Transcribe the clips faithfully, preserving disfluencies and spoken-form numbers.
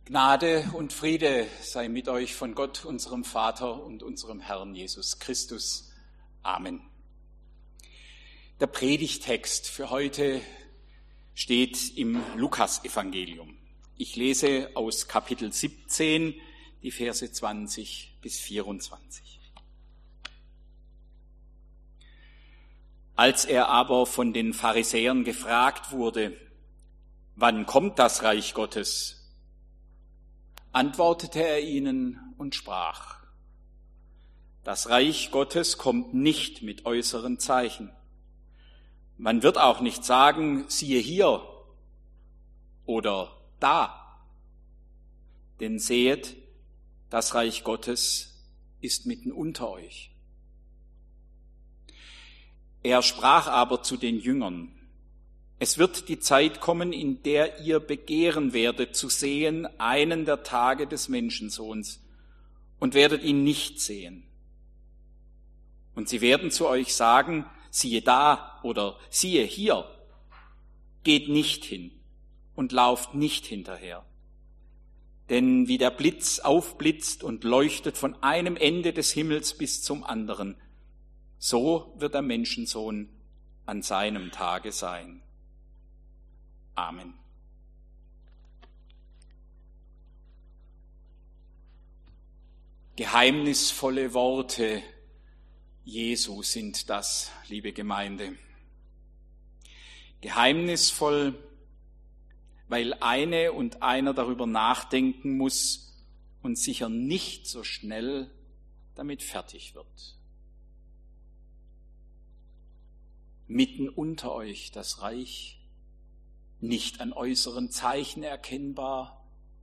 Gnade und Friede sei mit euch von Gott, unserem Vater und unserem Herrn Jesus Christus. Amen. Der Predigttext für heute steht im Lukasevangelium. Ich lese aus Kapitel siebzehn, die Verse zwanzig bis vierundzwanzig. Als er aber von den Pharisäern gefragt wurde, wann kommt das Reich Gottes? Antwortete er ihnen und sprach, das Reich Gottes kommt nicht mit äußeren Zeichen. Man wird auch nicht sagen, siehe hier oder da. Denn sehet, das Reich Gottes ist mitten unter euch. Er sprach aber zu den Jüngern, es wird die Zeit kommen, in der ihr begehren werdet, zu sehen einen der Tage des Menschensohns und werdet ihn nicht sehen. Und sie werden zu euch sagen, siehe da oder siehe hier, geht nicht hin und lauft nicht hinterher. Denn wie der Blitz aufblitzt und leuchtet von einem Ende des Himmels bis zum anderen, so wird der Menschensohn an seinem Tage sein. Amen. Geheimnisvolle Worte Jesu sind das, liebe Gemeinde. Geheimnisvoll, weil eine und einer darüber nachdenken muss und sicher nicht so schnell damit fertig wird. Mitten unter euch das Reich, nicht an äußeren Zeichen erkennbar.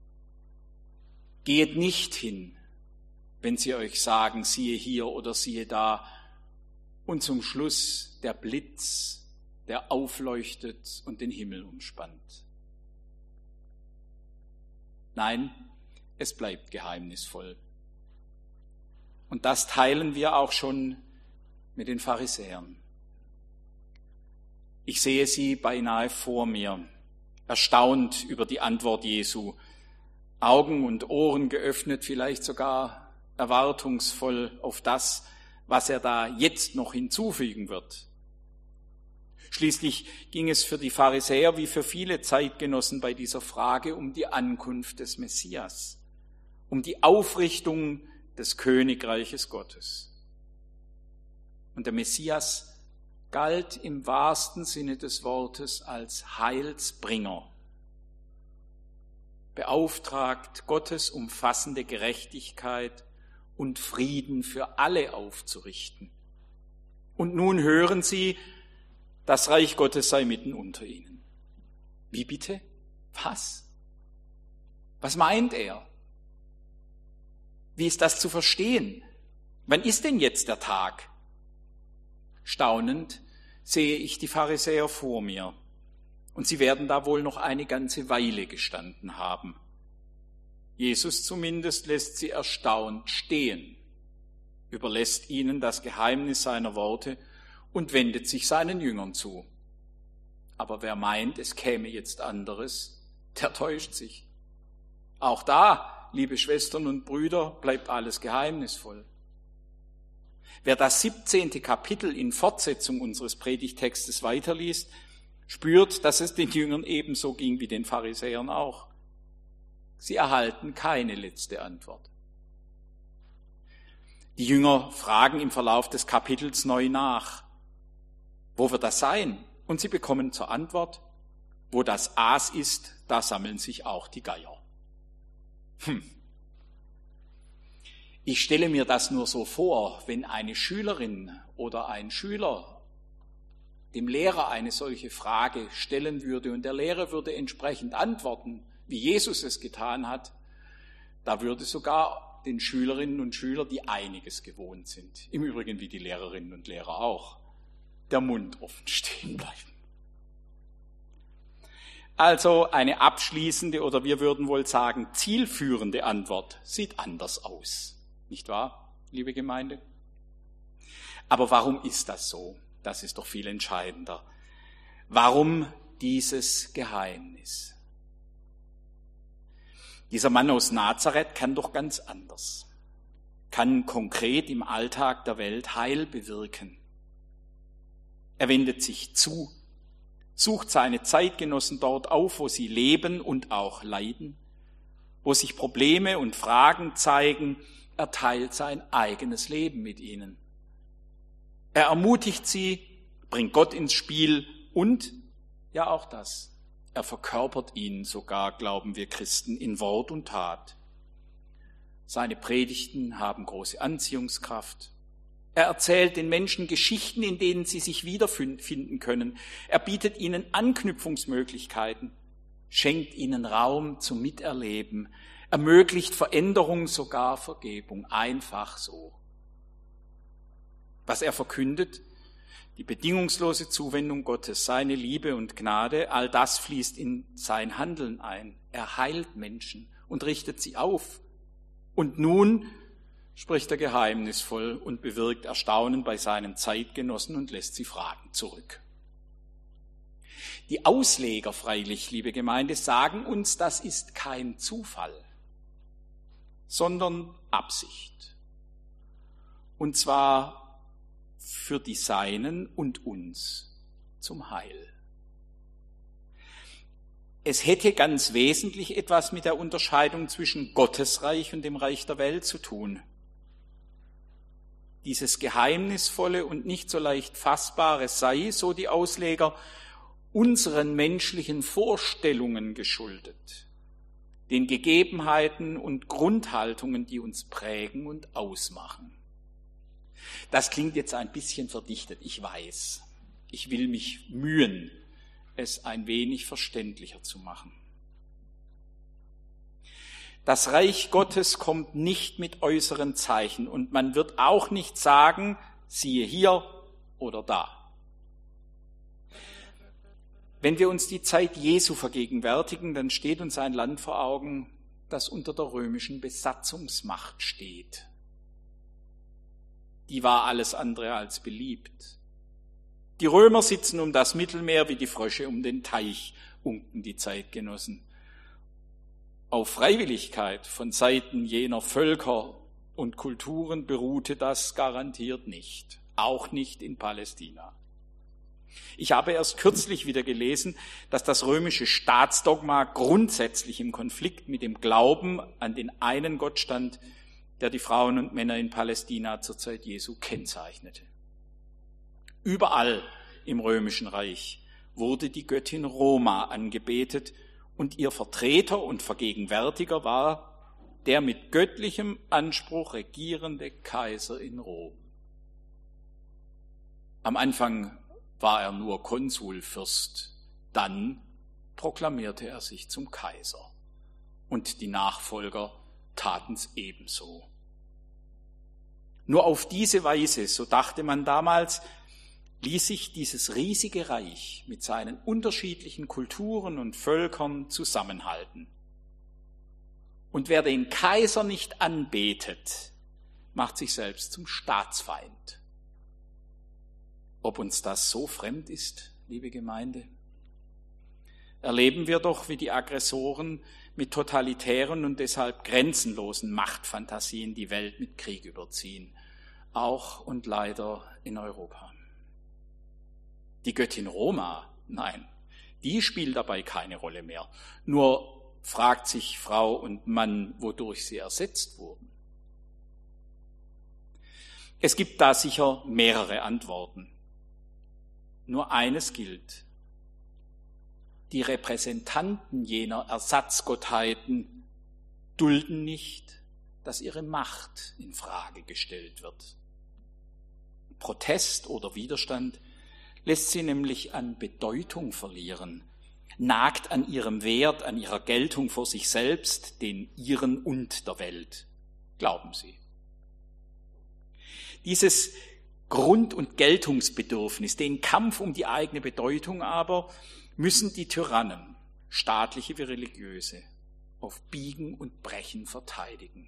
Geht nicht hin, wenn sie euch sagen, siehe hier oder siehe da. Und zum Schluss der Blitz, der aufleuchtet und den Himmel umspannt. Nein, es bleibt geheimnisvoll. Und das teilen wir auch schon mit den Pharisäern. Ich sehe sie beinahe vor mir, erstaunt über die Antwort Jesu, Augen und Ohren geöffnet, vielleicht sogar erwartungsvoll auf das, was er da jetzt noch hinzufügen wird. Schließlich ging es für die Pharisäer wie für viele Zeitgenossen bei dieser Frage um die Ankunft des Messias, um die Aufrichtung des Königreiches Gottes. Und der Messias galt im wahrsten Sinne des Wortes als Heilsbringer, beauftragt, Gottes umfassende Gerechtigkeit und Frieden für alle aufzurichten. Und nun hören sie, das Reich Gottes sei mitten unter ihnen. Wie bitte? Was? Was meint er? Wie ist das zu verstehen? Wann ist denn jetzt der Tag? Staunend sehe ich die Pharisäer vor mir, und sie werden da wohl noch eine ganze Weile gestanden haben. Jesus zumindest lässt sie erstaunt stehen, überlässt ihnen das Geheimnis seiner Worte und wendet sich seinen Jüngern zu. Aber wer meint, es käme jetzt anderes, der täuscht sich. Auch da, liebe Schwestern und Brüder, bleibt alles geheimnisvoll. Wer das siebzehnte Kapitel in Fortsetzung unseres Predigtextes weiterliest, spürt, dass es den Jüngern ebenso ging wie den Pharisäern auch. Sie erhalten keine letzte Antwort. Die Jünger fragen im Verlauf des Kapitels neu nach. Wo wird das sein? Und sie bekommen zur Antwort, wo das Aas ist, da sammeln sich auch die Geier. Hm. Ich stelle mir das nur so vor, wenn eine Schülerin oder ein Schüler dem Lehrer eine solche Frage stellen würde und der Lehrer würde entsprechend antworten, wie Jesus es getan hat, da würde sogar den Schülerinnen und Schülern, die einiges gewohnt sind, im Übrigen wie die Lehrerinnen und Lehrer auch, der Mund offen stehen bleiben. Also eine abschließende oder wir würden wohl sagen zielführende Antwort sieht anders aus. Nicht wahr, liebe Gemeinde? Aber warum ist das so? Das ist doch viel entscheidender. Warum dieses Geheimnis? Dieser Mann aus Nazareth kann doch ganz anders, kann konkret im Alltag der Welt Heil bewirken. Er wendet sich zu, sucht seine Zeitgenossen dort auf, wo sie leben und auch leiden, wo sich Probleme und Fragen zeigen. Er teilt sein eigenes Leben mit ihnen. Er ermutigt sie, bringt Gott ins Spiel und, ja auch das, er verkörpert ihn sogar, glauben wir Christen, in Wort und Tat. Seine Predigten haben große Anziehungskraft. Er erzählt den Menschen Geschichten, in denen sie sich wiederfinden können. Er bietet ihnen Anknüpfungsmöglichkeiten, schenkt ihnen Raum zum Miterleben, ermöglicht Veränderung, sogar Vergebung, einfach so. Was er verkündet, die bedingungslose Zuwendung Gottes, seine Liebe und Gnade, all das fließt in sein Handeln ein. Er heilt Menschen und richtet sie auf. Und nun spricht er geheimnisvoll und bewirkt Erstaunen bei seinen Zeitgenossen und lässt sie fragen zurück. Die Ausleger freilich, liebe Gemeinde, sagen uns, das ist kein Zufall, sondern Absicht. Und zwar für die Seinen und uns zum Heil. Es hätte ganz wesentlich etwas mit der Unterscheidung zwischen Gottesreich und dem Reich der Welt zu tun. Dieses Geheimnisvolle und nicht so leicht Fassbare sei, so die Ausleger, unseren menschlichen Vorstellungen geschuldet, den Gegebenheiten und Grundhaltungen, die uns prägen und ausmachen. Das klingt jetzt ein bisschen verdichtet, ich weiß. Ich will mich mühen, es ein wenig verständlicher zu machen. Das Reich Gottes kommt nicht mit äußeren Zeichen und man wird auch nicht sagen, siehe hier oder da. Wenn wir uns die Zeit Jesu vergegenwärtigen, dann steht uns ein Land vor Augen, das unter der römischen Besatzungsmacht steht. Die war alles andere als beliebt. Die Römer sitzen um das Mittelmeer wie die Frösche um den Teich, unken die Zeitgenossen. Auf Freiwilligkeit von Seiten jener Völker und Kulturen beruhte das garantiert nicht, auch nicht in Palästina. Ich habe erst kürzlich wieder gelesen, dass das römische Staatsdogma grundsätzlich im Konflikt mit dem Glauben an den einen Gott stand, der die Frauen und Männer in Palästina zur Zeit Jesu kennzeichnete. Überall im Römischen Reich wurde die Göttin Roma angebetet und ihr Vertreter und Vergegenwärtiger war der mit göttlichem Anspruch regierende Kaiser in Rom. Am Anfang war er nur Konsulfürst, dann proklamierte er sich zum Kaiser und die Nachfolger taten's ebenso. Nur auf diese Weise, so dachte man damals, ließ sich dieses riesige Reich mit seinen unterschiedlichen Kulturen und Völkern zusammenhalten. Und wer den Kaiser nicht anbetet, macht sich selbst zum Staatsfeind. Ob uns das so fremd ist, liebe Gemeinde? Erleben wir doch, wie die Aggressoren mit totalitären und deshalb grenzenlosen Machtfantasien die Welt mit Krieg überziehen, auch und leider in Europa. Die Göttin Roma, nein, die spielt dabei keine Rolle mehr. Nur fragt sich Frau und Mann, wodurch sie ersetzt wurden. Es gibt da sicher mehrere Antworten. Nur eines gilt: Die Repräsentanten jener Ersatzgottheiten dulden nicht, dass ihre Macht in Frage gestellt wird. Protest oder Widerstand lässt sie nämlich an Bedeutung verlieren, nagt an ihrem Wert, an ihrer Geltung vor sich selbst, den ihren und der Welt. Glauben Sie. Dieses Grund- und Geltungsbedürfnis, den Kampf um die eigene Bedeutung aber, müssen die Tyrannen, staatliche wie religiöse, auf Biegen und Brechen verteidigen.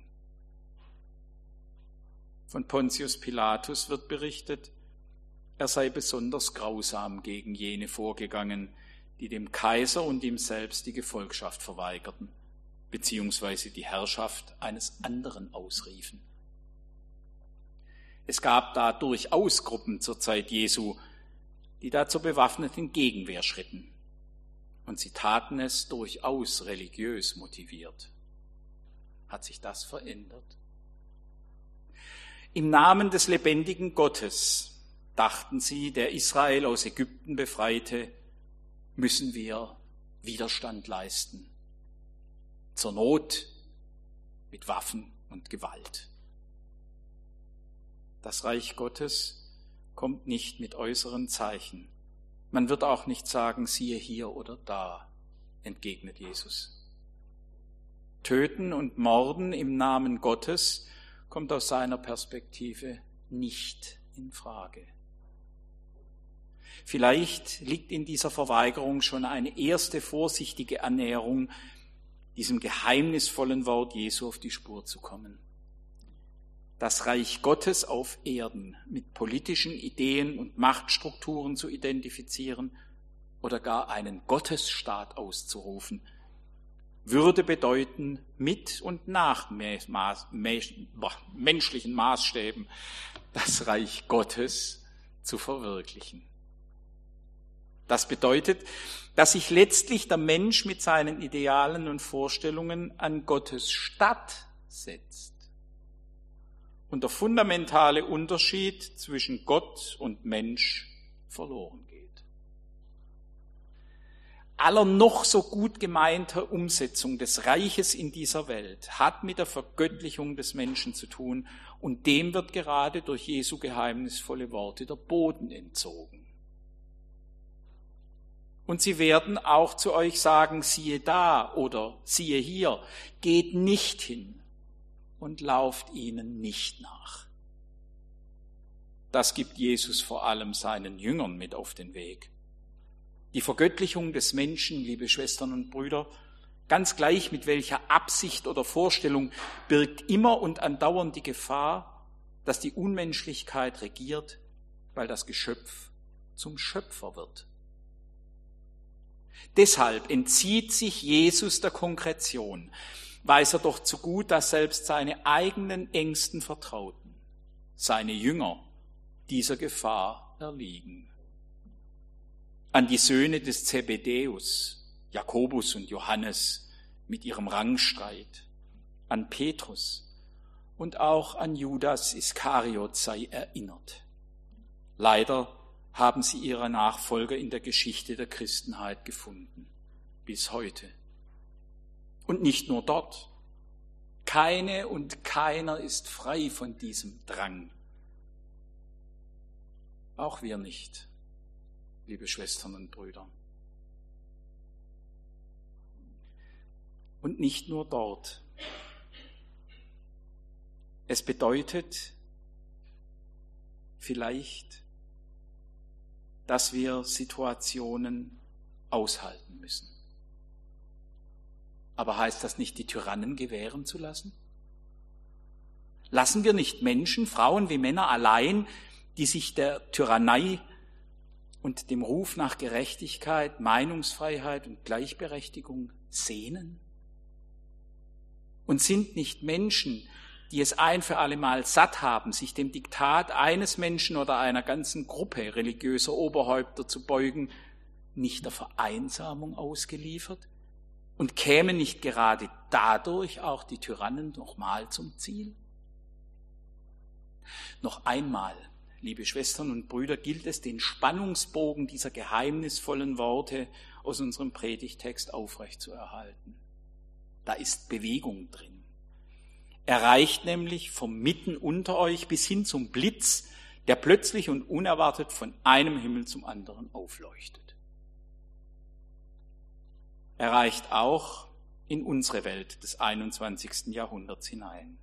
Von Pontius Pilatus wird berichtet, er sei besonders grausam gegen jene vorgegangen, die dem Kaiser und ihm selbst die Gefolgschaft verweigerten. beziehungsweise die Herrschaft eines anderen ausriefen. Es gab da durchaus Gruppen zur Zeit Jesu, die da zur bewaffneten Gegenwehr schritten. Und sie taten es durchaus religiös motiviert. Hat sich das verändert? Im Namen des lebendigen Gottes, dachten sie, der Israel aus Ägypten befreite, müssen wir Widerstand leisten. Zur Not mit Waffen und Gewalt. Das Reich Gottes kommt nicht mit äußeren Zeichen. Man wird auch nicht sagen, siehe hier oder da, entgegnet Jesus. Töten und Morden im Namen Gottes kommt aus seiner Perspektive nicht in Frage. Vielleicht liegt in dieser Verweigerung schon eine erste vorsichtige Annäherung, diesem geheimnisvollen Wort Jesu auf die Spur zu kommen. Das Reich Gottes auf Erden mit politischen Ideen und Machtstrukturen zu identifizieren oder gar einen Gottesstaat auszurufen, würde bedeuten, mit und nach Maß, menschlichen Maßstäben das Reich Gottes zu verwirklichen. Das bedeutet, dass sich letztlich der Mensch mit seinen Idealen und Vorstellungen an Gottes Statt setzt. Und der fundamentale Unterschied zwischen Gott und Mensch verloren geht. Aller noch so gut gemeinter Umsetzung des Reiches in dieser Welt hat mit der Vergöttlichung des Menschen zu tun, und dem wird gerade durch Jesu geheimnisvolle Worte der Boden entzogen. Und sie werden auch zu euch sagen, siehe da oder siehe hier, geht nicht hin und lauft ihnen nicht nach. Das gibt Jesus vor allem seinen Jüngern mit auf den Weg. Die Vergöttlichung des Menschen, liebe Schwestern und Brüder, ganz gleich mit welcher Absicht oder Vorstellung, birgt immer und andauernd die Gefahr, dass die Unmenschlichkeit regiert, weil das Geschöpf zum Schöpfer wird. Deshalb entzieht sich Jesus der Konkretion, weiß er doch zu gut, dass selbst seine eigenen engsten Vertrauten, seine Jünger, dieser Gefahr erliegen. An die Söhne des Zebedäus, Jakobus und Johannes mit ihrem Rangstreit, an Petrus und auch an Judas Iskariot sei erinnert. Leider haben sie ihre Nachfolger in der Geschichte der Christenheit gefunden, bis heute. Und nicht nur dort. Keine und keiner ist frei von diesem Drang. Auch wir nicht, liebe Schwestern und Brüder. Und nicht nur dort. Es bedeutet vielleicht, dass wir Situationen aushalten müssen. Aber heißt das nicht, die Tyrannen gewähren zu lassen? Lassen wir nicht Menschen, Frauen wie Männer allein, die sich der Tyrannei und dem Ruf nach Gerechtigkeit, Meinungsfreiheit und Gleichberechtigung sehnen? Und sind nicht Menschen, die es ein für allemal satt haben, sich dem Diktat eines Menschen oder einer ganzen Gruppe religiöser Oberhäupter zu beugen, nicht der Vereinsamung ausgeliefert? Und kämen nicht gerade dadurch auch die Tyrannen nochmal zum Ziel? Noch einmal, liebe Schwestern und Brüder, gilt es, den Spannungsbogen dieser geheimnisvollen Worte aus unserem Predigtext aufrechtzuerhalten. Da ist Bewegung drin. Er reicht nämlich vom Mitten unter euch bis hin zum Blitz, der plötzlich und unerwartet von einem Himmel zum anderen aufleuchtet. Er reicht auch in unsere Welt des einundzwanzigsten Jahrhunderts hinein.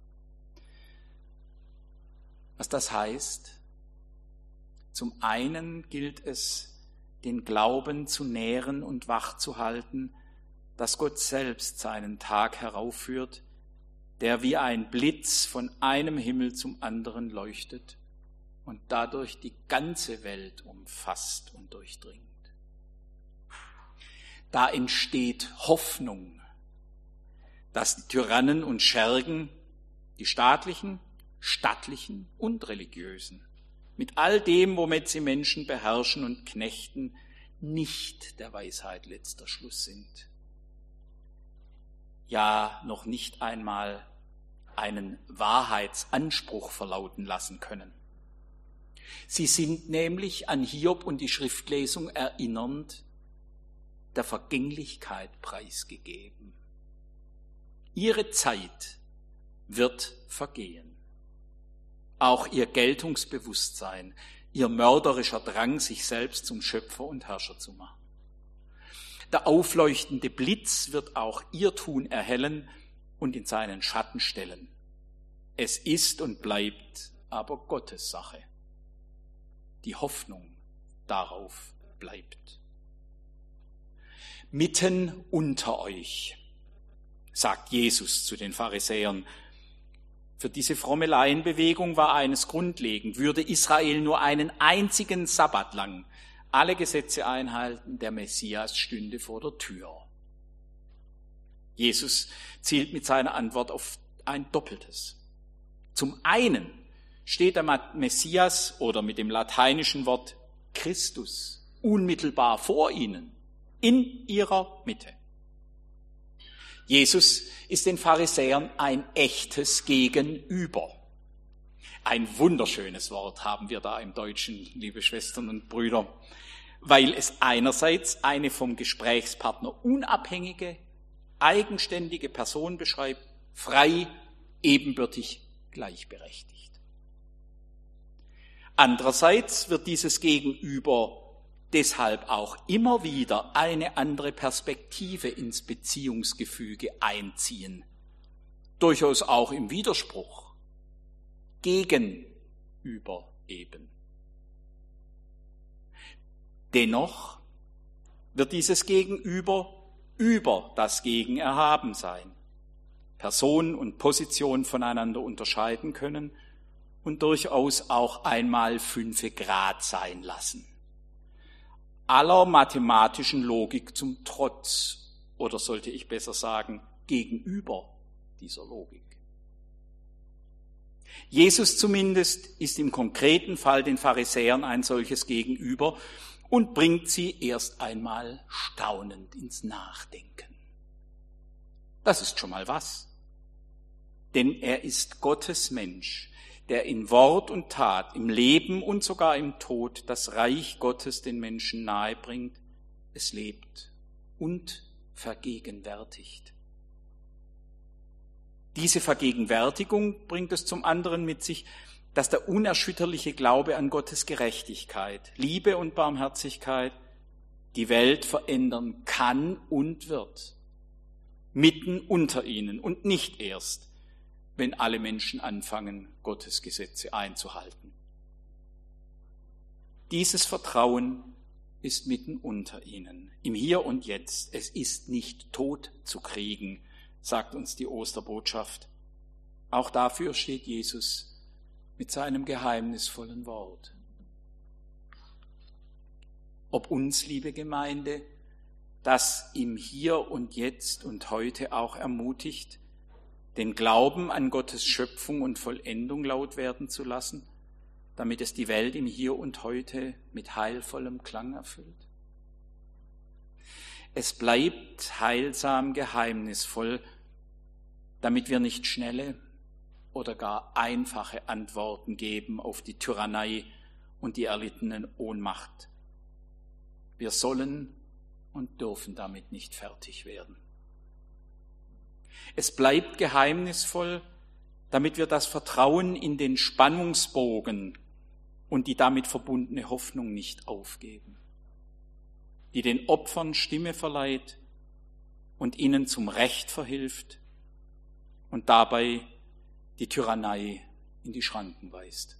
Was das heißt? Zum einen gilt es, den Glauben zu nähren und wach zu halten, dass Gott selbst seinen Tag heraufführt, der wie ein Blitz von einem Himmel zum anderen leuchtet und dadurch die ganze Welt umfasst und durchdringt. Da entsteht Hoffnung, dass die Tyrannen und Schergen, die staatlichen, stattlichen und religiösen, mit all dem, womit sie Menschen beherrschen und knechten, nicht der Weisheit letzter Schluss sind. Ja, noch nicht einmal einen Wahrheitsanspruch verlauten lassen können. Sie sind nämlich an Hiob und die Schriftlesung erinnernd der Vergänglichkeit preisgegeben. Ihre Zeit wird vergehen. Auch ihr Geltungsbewusstsein, ihr mörderischer Drang, sich selbst zum Schöpfer und Herrscher zu machen. Der aufleuchtende Blitz wird auch ihr Tun erhellen und in seinen Schatten stellen. Es ist und bleibt aber Gottes Sache. Die Hoffnung darauf bleibt. Mitten unter euch, sagt Jesus zu den Pharisäern. Für diese fromme Laienbewegung war eines grundlegend: Würde Israel nur einen einzigen Sabbat lang alle Gesetze einhalten, der Messias stünde vor der Tür. Jesus zielt mit seiner Antwort auf ein Doppeltes. Zum einen steht der Messias oder mit dem lateinischen Wort Christus unmittelbar vor ihnen, in ihrer Mitte. Jesus ist den Pharisäern ein echtes Gegenüber. Ein wunderschönes Wort haben wir da im Deutschen, liebe Schwestern und Brüder, weil es einerseits eine vom Gesprächspartner unabhängige, eigenständige Person beschreibt, frei, ebenbürtig, gleichberechtigt. Andererseits wird dieses Gegenüber deshalb auch immer wieder eine andere Perspektive ins Beziehungsgefüge einziehen, durchaus auch im Widerspruch, gegenüber eben. Dennoch wird dieses Gegenüber über das Gegen erhaben sein, Person und Position voneinander unterscheiden können und durchaus auch einmal fünfe Grad sein lassen. Aller mathematischen Logik zum Trotz, oder sollte ich besser sagen, gegenüber dieser Logik. Jesus zumindest ist im konkreten Fall den Pharisäern ein solches Gegenüber und bringt sie erst einmal staunend ins Nachdenken. Das ist schon mal was. Denn er ist Gottes Mensch, der in Wort und Tat, im Leben und sogar im Tod das Reich Gottes den Menschen nahebringt, es lebt und vergegenwärtigt. Diese Vergegenwärtigung bringt es zum anderen mit sich, dass der unerschütterliche Glaube an Gottes Gerechtigkeit, Liebe und Barmherzigkeit die Welt verändern kann und wird, mitten unter ihnen und nicht erst, wenn alle Menschen anfangen, Gottes Gesetze einzuhalten. Dieses Vertrauen ist mitten unter ihnen, im Hier und Jetzt. Es ist nicht tot zu kriegen, sagt uns die Osterbotschaft. Auch dafür steht Jesus mit seinem geheimnisvollen Wort. Ob uns, liebe Gemeinde, das im Hier und Jetzt und heute auch ermutigt, den Glauben an Gottes Schöpfung und Vollendung laut werden zu lassen, damit es die Welt im Hier und Heute mit heilvollem Klang erfüllt. Es bleibt heilsam geheimnisvoll, damit wir nicht schnelle oder gar einfache Antworten geben auf die Tyrannei und die erlittenen Ohnmacht. Wir sollen und dürfen damit nicht fertig werden. Es bleibt geheimnisvoll, damit wir das Vertrauen in den Spannungsbogen und die damit verbundene Hoffnung nicht aufgeben, die den Opfern Stimme verleiht und ihnen zum Recht verhilft und dabei die Tyrannei in die Schranken weist.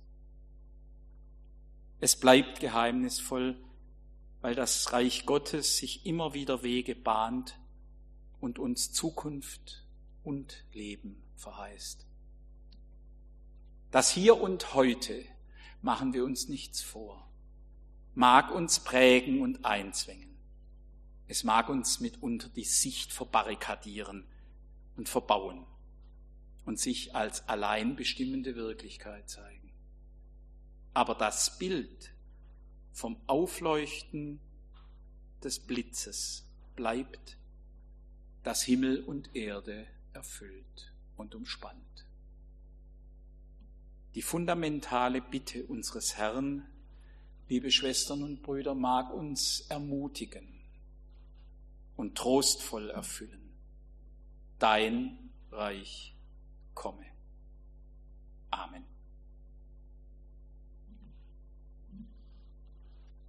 Es bleibt geheimnisvoll, weil das Reich Gottes sich immer wieder Wege bahnt und uns Zukunft und Leben verheißt. Das Hier und Heute, machen wir uns nichts vor, mag uns prägen und einzwängen. Es mag uns mitunter die Sicht verbarrikadieren und verbauen und sich als allein bestimmende Wirklichkeit zeigen. Aber das Bild vom Aufleuchten des Blitzes bleibt, das Himmel und Erde erfüllt und umspannt. Die fundamentale Bitte unseres Herrn, liebe Schwestern und Brüder, mag uns ermutigen und trostvoll erfüllen. Dein Reich komme. Amen.